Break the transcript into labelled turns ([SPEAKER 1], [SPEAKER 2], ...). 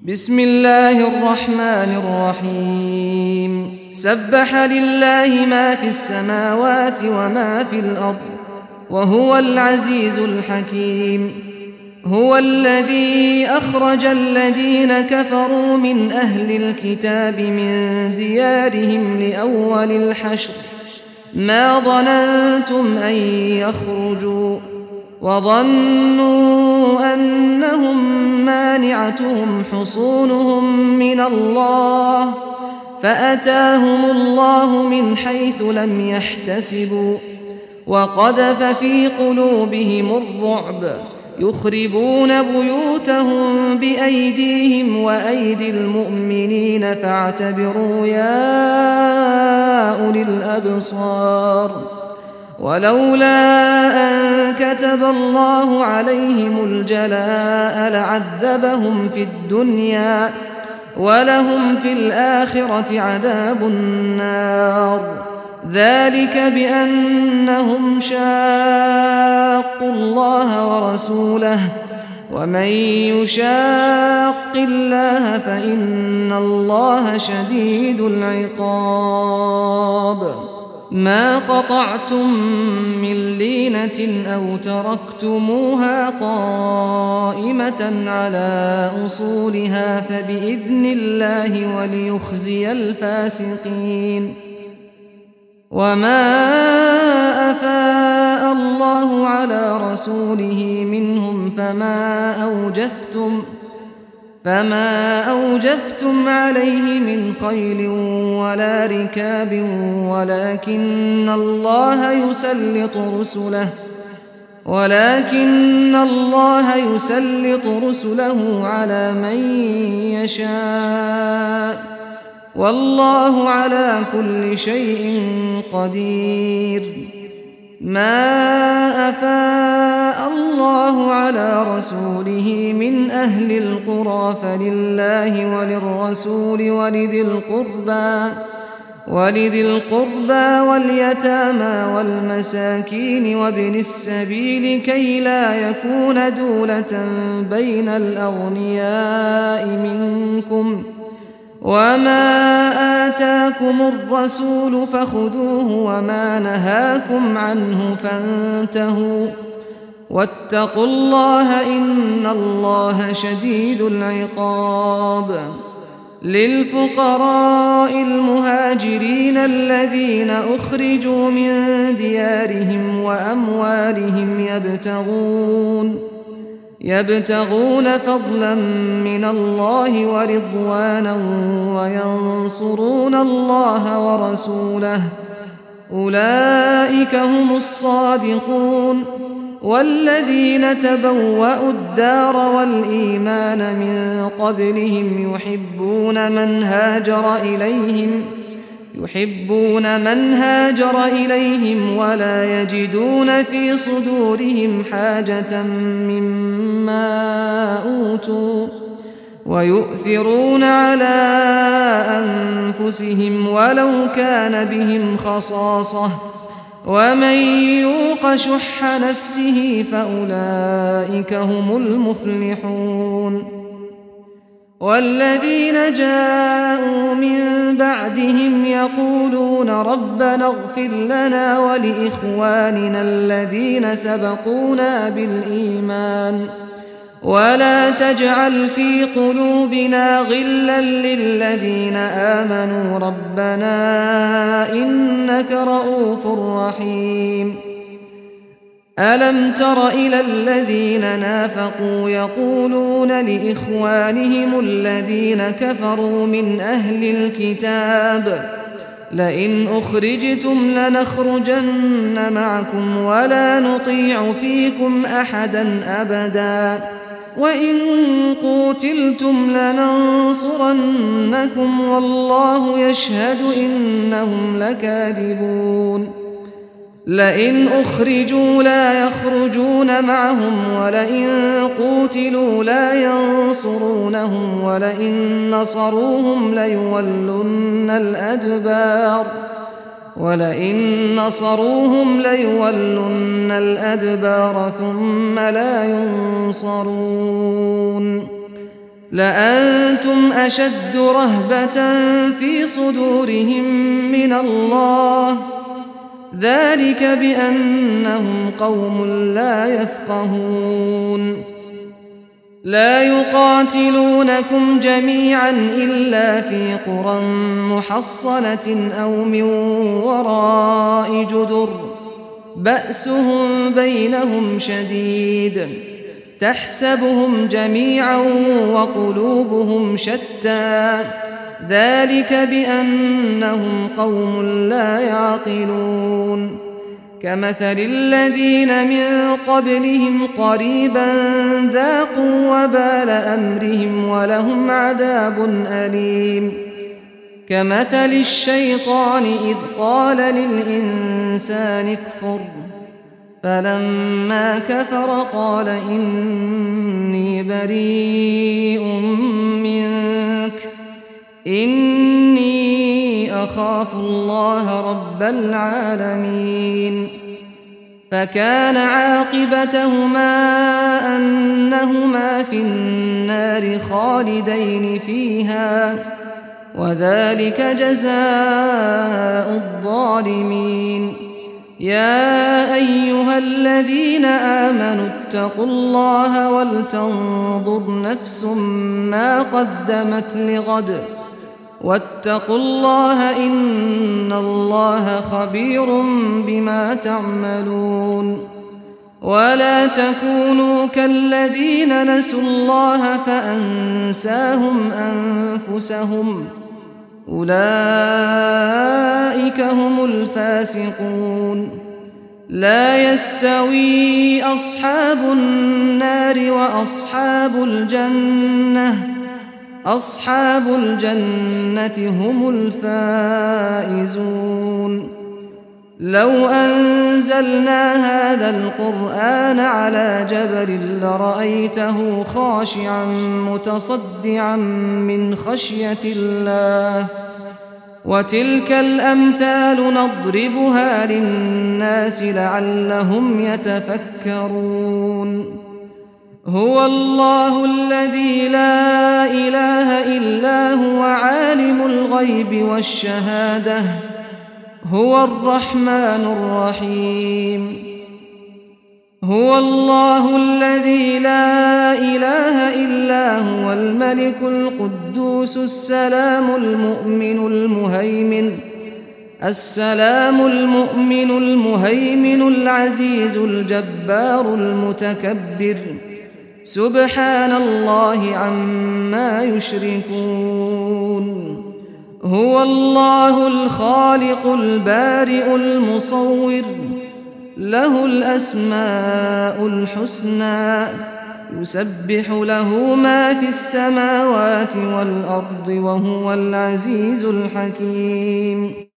[SPEAKER 1] بسم الله الرحمن الرحيم سبح لله ما في السماوات وما في الأرض وهو العزيز الحكيم. هو الذي أخرج الذين كفروا من أهل الكتاب من ديارهم لأول الحشر ما ظننتم أن يخرجوا وظنوا أنهم مانعتهم حصونهم من الله فأتاهم الله من حيث لم يحتسبوا وقذف في قلوبهم الرعب يخربون بيوتهم بأيديهم وأيدي المؤمنين فاعتبروا يا أولي الأبصار. ولولا أن كتب الله عليهم الجلاء لعذبهم في الدنيا ولهم في الآخرة عذاب النار ذلك بأنهم شاقوا الله ورسوله ومن يشاق الله فإن الله شديد العقاب. ما قطعتم من لينة أو تركتموها قائمة على أصولها فبإذن الله وليخزي الفاسقين. وما أفاء الله على رسوله منهم فما أوجفتم عليه من خيل ولا ركاب ولكن الله يسلط رسله على من يشاء والله على كل شيء قدير. ما أفاء الله على رسوله من أهل القرى فلله وللرسول ولذي القربى واليتامى والمساكين وابن السبيل كي لا يكون دولة بين الأغنياء منكم. وما آتاكم الرسول فخذوه وما نهاكم عنه فانتهوا واتقوا الله إن الله شديد العقاب. للفقراء المهاجرين الذين أخرجوا من ديارهم وأموالهم يبتغون فضلا من الله ورضوانا وينصرون الله ورسوله أولئك هم الصادقون. والذين تبوأوا الدار والإيمان من قبلهم يحبون من هاجر إليهم ولا يجدون في صدورهم حاجة مما أوتوا ويؤثرون على أنفسهم ولو كان بهم خصاصة ومن يوق شح نفسه فأولئك هم المفلحون. والذين جاءوا من بعدهم يقولون ربنا اغفر لنا ولإخواننا الذين سبقونا بالإيمان ولا تجعل في قلوبنا غلا للذين آمنوا ربنا إنك رؤوف رحيم. ألم تر إلى الذين نافقوا يقولون لإخوانهم الذين كفروا من أهل الكتاب لئن أخرجتم لنخرجن معكم ولا نطيع فيكم أحدا أبدا وإن قوتلتم لننصرنكم والله يشهد إنهم لكاذبون. لئن أخرجوا لا يخرجون معهم ولئن قوتلوا لا ينصرونهم ولئن نصروهم ليولن الأدبار ثم لا ينصرون. لأنتم أشد رهبة في صدورهم من الله، ذلك بأنهم قوم لا يفقهون. لا يقاتلونكم جميعا إلا في قرى محصنة أو من وراء جدر بأسهم بينهم شديد، تحسبهم جميعا وقلوبهم شتى، ذلك بأنهم قوم لا يعقلون. كمثل الذين من قبلهم قريبا ذاقوا وبال أمرهم ولهم عذاب أليم. كمثل الشيطان إذ قال للإنسان اكفر فلما كفر قال إني بريء منك إني أخاف الله رب العالمين. فكان عاقبتهما أنهما في النار خالدين فيها، وذلك جزاء الظالمين. يا أيها الذين آمنوا اتقوا الله ولتنظر نفس ما قدمت لغد واتقوا الله إن الله خبير بما تعملون. ولا تكونوا كالذين نسوا الله فأنساهم أنفسهم أولئك هم الفاسقون. لا يستوي أصحاب النار وأصحاب الجنة، أصحاب الجنة هم الفائزون. لو أنزلنا هذا القرآن على جبل لرأيته خاشعا متصدعا من خشية الله. وتلك الأمثال نضربها للناس لعلهم يتفكرون. هو الله الذي لا إله إلا هو عالم الغيب والشهادة هو الرحمن الرحيم. هو الله الذي لا إله إلا هو الملك القدوس السلام المؤمن العزيز الجبار المتكبر سبحان الله عما يشركون. هو الله الخالق البارئ المصور له الأسماء الحسنى يسبح له ما في السماوات والأرض وهو العزيز الحكيم.